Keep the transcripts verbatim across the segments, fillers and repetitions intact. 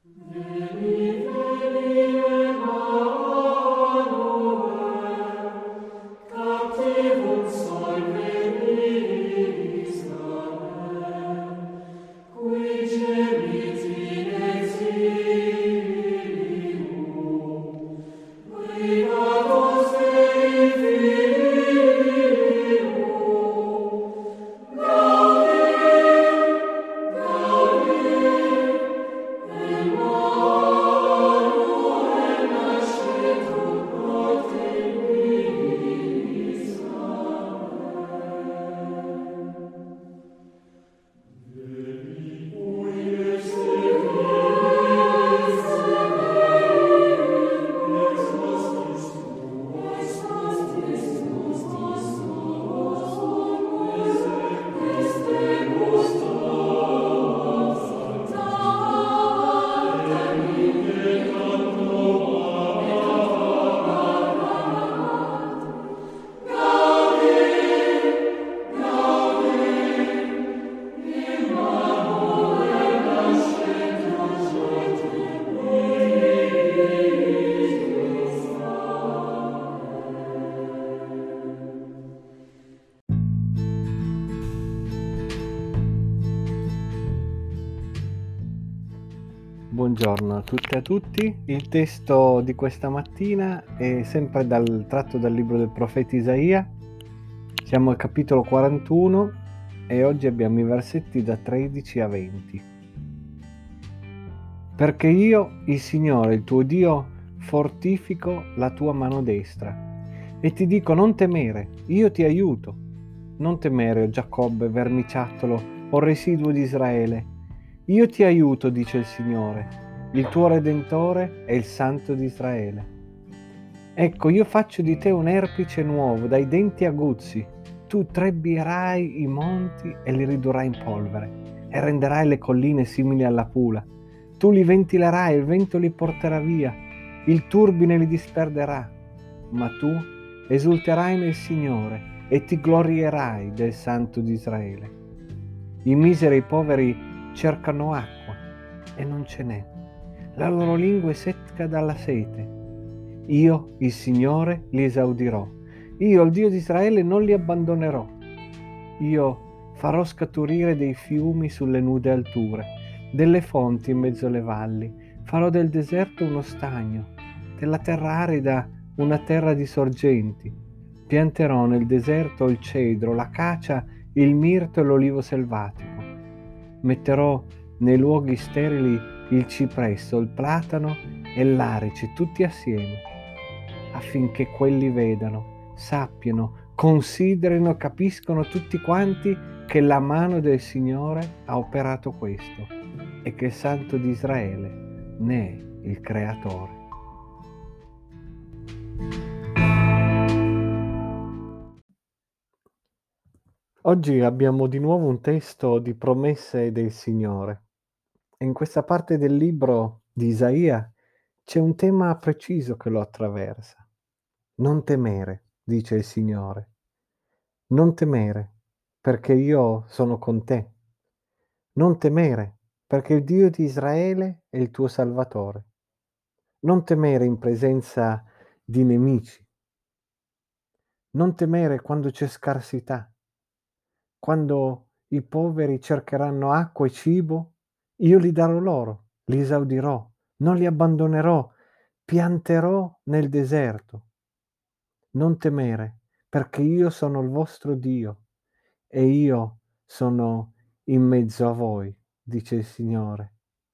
Veni, veni, Emmanuel, captivum solve Israel, qui gemit in exilium, brigados Dei filium, Gaudete, gaudete, Emmanuel nascetur prote Israel. Ui esse vis, ex hostis tuos, hostis tuos, este gustos, Buongiorno a tutte e a tutti. Il testo di questa mattina è sempre dal, tratto dal libro del profeta Isaia. Siamo al capitolo quarantuno e oggi abbiamo i versetti da tredici a venti. Perché io, il Signore, il tuo Dio, fortifico la tua mano destra e ti dico non temere, io ti aiuto. Non temere, o Giacobbe, vermiciattolo, o residuo di Israele. Io ti aiuto, dice il Signore, il tuo Redentore è il Santo di Israele. Ecco, io faccio di te un erpice nuovo, dai denti aguzzi. Tu trebbierai i monti e li ridurrai in polvere, e renderai le colline simili alla pula. Tu li ventilerai, il vento li porterà via, il turbine li disperderà. Ma tu esulterai nel Signore e ti glorierai del Santo di Israele. I miseri e i poveri cercano acqua e non ce n'è. La loro lingua è secca dalla sete. Io, il Signore, li esaudirò. Io, il Dio di Israele, non li abbandonerò. Io farò scaturire dei fiumi sulle nude alture, delle fonti in mezzo alle valli. Farò del deserto uno stagno, della terra arida una terra di sorgenti. Pianterò nel deserto il cedro, l'acacia, il mirto e l'olivo selvatico. Metterò nei luoghi sterili il cipresso, il platano e l'arice, tutti assieme, affinché quelli vedano, sappiano, considerino e capiscono tutti quanti che la mano del Signore ha operato questo e che il Santo di Israele ne è il Creatore. Oggi abbiamo di nuovo un testo di promesse del Signore. In questa parte del libro di Isaia c'è un tema preciso che lo attraversa. Non temere, dice il Signore. Non temere, perché io sono con te. Non temere, perché il Dio di Israele è il tuo Salvatore. Non temere in presenza di nemici. Non temere quando c'è scarsità. Quando i poveri cercheranno acqua e cibo, io li darò loro, li esaudirò, non li abbandonerò, pianterò nel deserto. Non temere, perché io sono il vostro Dio e io sono in mezzo a voi, dice il Signore.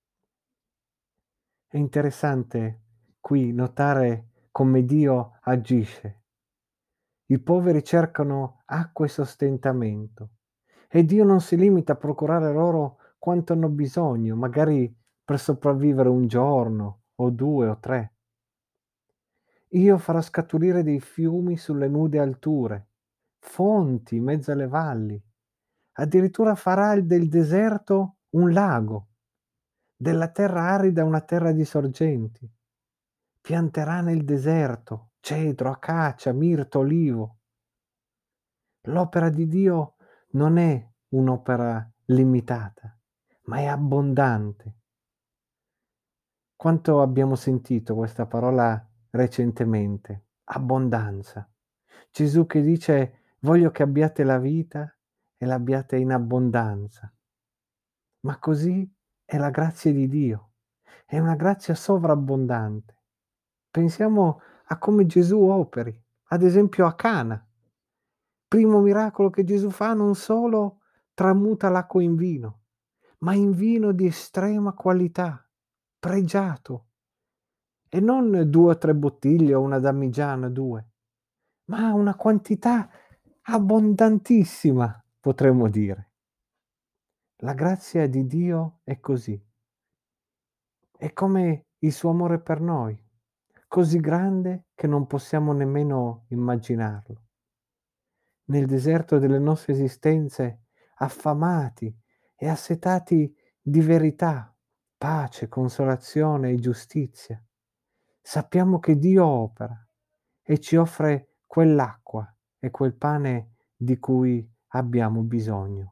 È interessante qui notare come Dio agisce. I poveri cercano acqua e sostentamento e Dio non si limita a procurare loro quanto hanno bisogno, magari per sopravvivere un giorno o due o tre. Io farò scaturire dei fiumi sulle nude alture, fonti in mezzo alle valli. Addirittura farà del deserto un lago, della terra arida una terra di sorgenti. Pianterà nel deserto cedro, acacia, mirto, olivo. L'opera di Dio non è un'opera limitata, ma è abbondante. Quanto abbiamo sentito questa parola recentemente, abbondanza. Gesù che dice: "Voglio che abbiate la vita e l'abbiate in abbondanza". Ma così è la grazia di Dio, è una grazia sovrabbondante. Pensiamo a come Gesù operi, ad esempio a Cana. Primo miracolo che Gesù fa, non solo tramuta l'acqua in vino, ma in vino di estrema qualità, pregiato, e non due o tre bottiglie o una damigiana, due, ma una quantità abbondantissima, potremmo dire. La grazia di Dio è così. È come il suo amore per noi, così grande che non possiamo nemmeno immaginarlo. Nel deserto delle nostre esistenze, affamati e assetati di verità, pace, consolazione e giustizia, sappiamo che Dio opera e ci offre quell'acqua e quel pane di cui abbiamo bisogno.